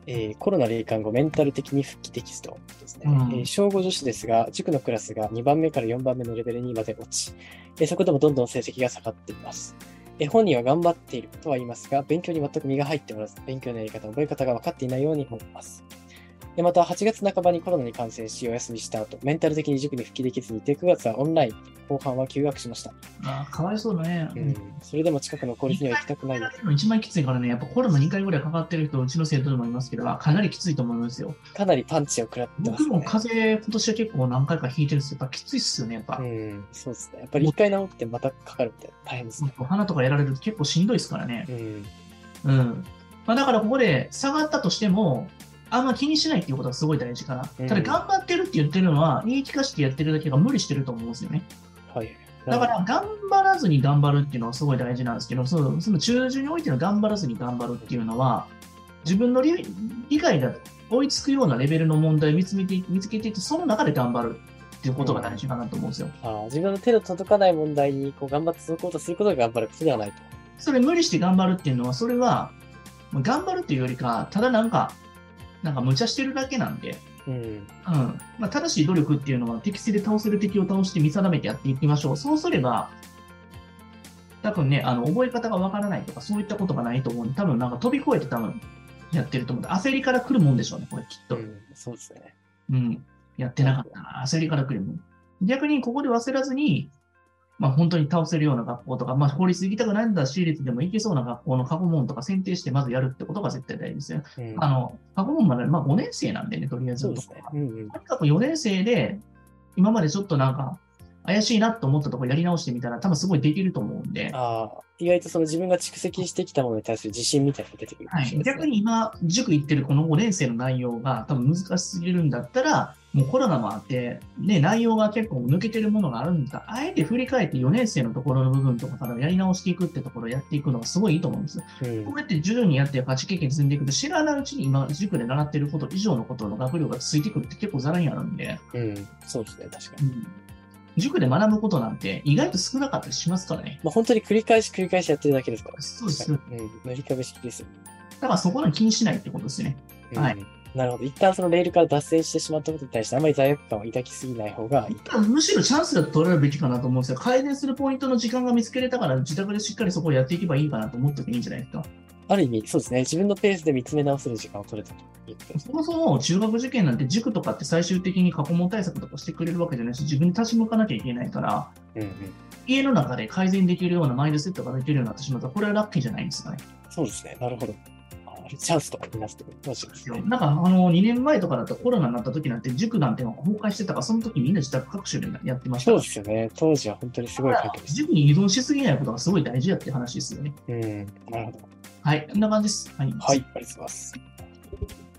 コロナ罹患後、メンタル的に復帰できずとですね。小5女子ですが、塾のクラスが2番目から4番目のレベルにまで落ち、そこでもどんどん成績が下がっています。本人は頑張っているとは言いますが、勉強に全く身が入っておらず、勉強のやり方、覚え方が分かっていないように思います。また、8月半ばにコロナに感染し、お休みした後、メンタル的に塾に復帰できずにいて、9月はオンライン、後半は休学しました。 かわいそうだね。 それでも近くの公立には行きたくないので。 一番きついからね、やっぱコロナ2回ぐらいかかってる人、うちの生徒でもいますけど、かなりきついと思いますよ。 かなりパンチを食らってますね。 僕も風邪、今年は結構何回か引いてるんですよ。やっぱきついっすよね、やっぱ。 そうですね。やっぱり1回治ってまたかかるみたいな大変ですね。 鼻とかやられると結構しんどいですからね。だからここで下がったとしても、あんま気にしないっていうことがすごい大事かな。ただ頑張ってるって言ってるのは、言い聞かせてやってるだけが無理してると思うんですよね。 はい。 だから頑張らずに頑張るっていうのはすごい大事なんですけど、その中旬においての頑張らずに頑張るっていうのは、自分の理解が追いつくようなレベルの問題を見つけていって、その中で頑張るっていうことが大事かなと思うんですよ。 自分の手の届かない問題に頑張って続こうとすることが頑張ることではないと。 それ無理して頑張るっていうのは、それは頑張るっていうよりか、ただなんか無茶してるだけなんで、正しい努力っていうのは適正で倒せる敵を倒して見定めてやっていきましょう。そうすれば、多分ね、覚え方がわからないとか、そういったことがないと思うんで、多分飛び越えて多分やってると思う。焦りから来るもんでしょうね、これきっと。 そうですね。 やってなかったな。焦りから来るもん。逆にここで焦らずに、本当に倒せるような学校とか、法律行きたくないんだ、私立でも行けそうな学校の過去問とか選定してまずやるってことが絶対大事ですよ。過去問まで、5年生なんでね、とりあえず。 そうですね。とにかく4年生で、今までちょっと怪しいなと思ったところやり直してみたら、多分すごいできると思うんで。 意外とその自分が蓄積してきたものに対する自信みたいなのが出てくるかもしれないですね。 逆に今、塾行ってるこの5年生の内容が多分難しすぎるんだったら、もうコロナもあって、ね、内容が結構抜けてるものがあるんだったら、あえて振り返って4年生のところの部分とかからやり直していくってところをやっていくのがすごいいいと思うんですよ。こうやって徐々にやって価値経験積んでいくと、知らないうちに今、塾で習ってること以上のことの学力がついてくるって結構ざらにあるんで。 そうですね、確かに。 塾で学ぶことなんて意外と少なかったりしますからね。 本当に繰り返しやってるだけですから。 そうです。 塗り壁式ですよ。 だからそこは気にしないってことですね。はい。 なるほど。一旦そのレールから脱線してしまったことに対してあまり罪悪感を抱きすぎない方がいいと。 むしろチャンスだと取られるべきかなと思うんですよ。改善するポイントの時間が見つけれたから自宅でしっかりそこをやっていけばいいかなと思ってもいいんじゃないですか。 ある意味、そうですね。自分のペースで見つめ直せる時間を取れたということです。 そもそも中学受験なんて塾とかって最終的に過去問対策とかしてくれるわけじゃないし、自分に立ち向かなきゃいけないから、家の中で改善できるようなマインドセットができるようになってしまったら、これはラッキーじゃないんですかね。 そうですね。なるほど。チャンスとかになってくるかもしれないですね。 2年前とかだとコロナになった時なんて塾なんて崩壊してたから、その時みんな自宅学習でやってましたそうですよね。当時は本当にすごい環境でした。 塾に依存しすぎないことがすごい大事だって話ですよね。 なるほど。 はい、こんな感じです。 はい、ありがとうございます。